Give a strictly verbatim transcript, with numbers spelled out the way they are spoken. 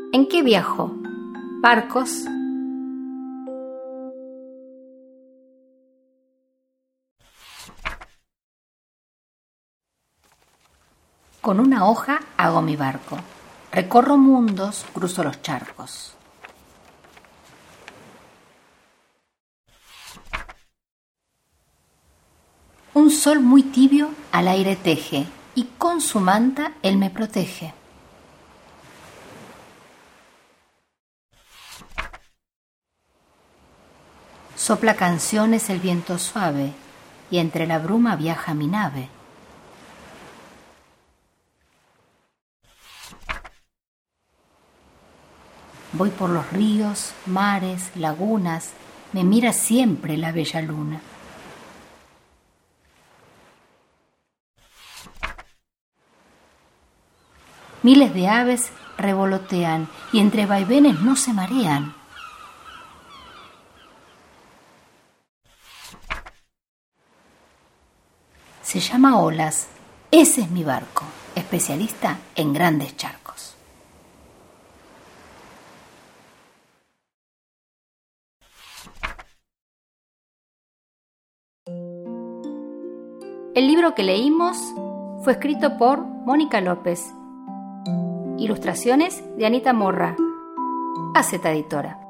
¿En qué viajo? Barcos. Con una hoja hago mi barco. Recorro mundos, cruzo los charcos. Un sol muy tibio al aire teje, y con su manta él me protege. Sopla canciones el viento suave, y entre la bruma viaja mi nave. Voy por los ríos, mares, lagunas, me mira siempre la bella luna. Miles de aves revolotean y entre vaivenes no se marean. Se llama Olas. Ese es mi barco, especialista en grandes charcos. El libro que leímos fue escrito por Mónica López. Ilustraciones de Anita Morra. A Z Editora.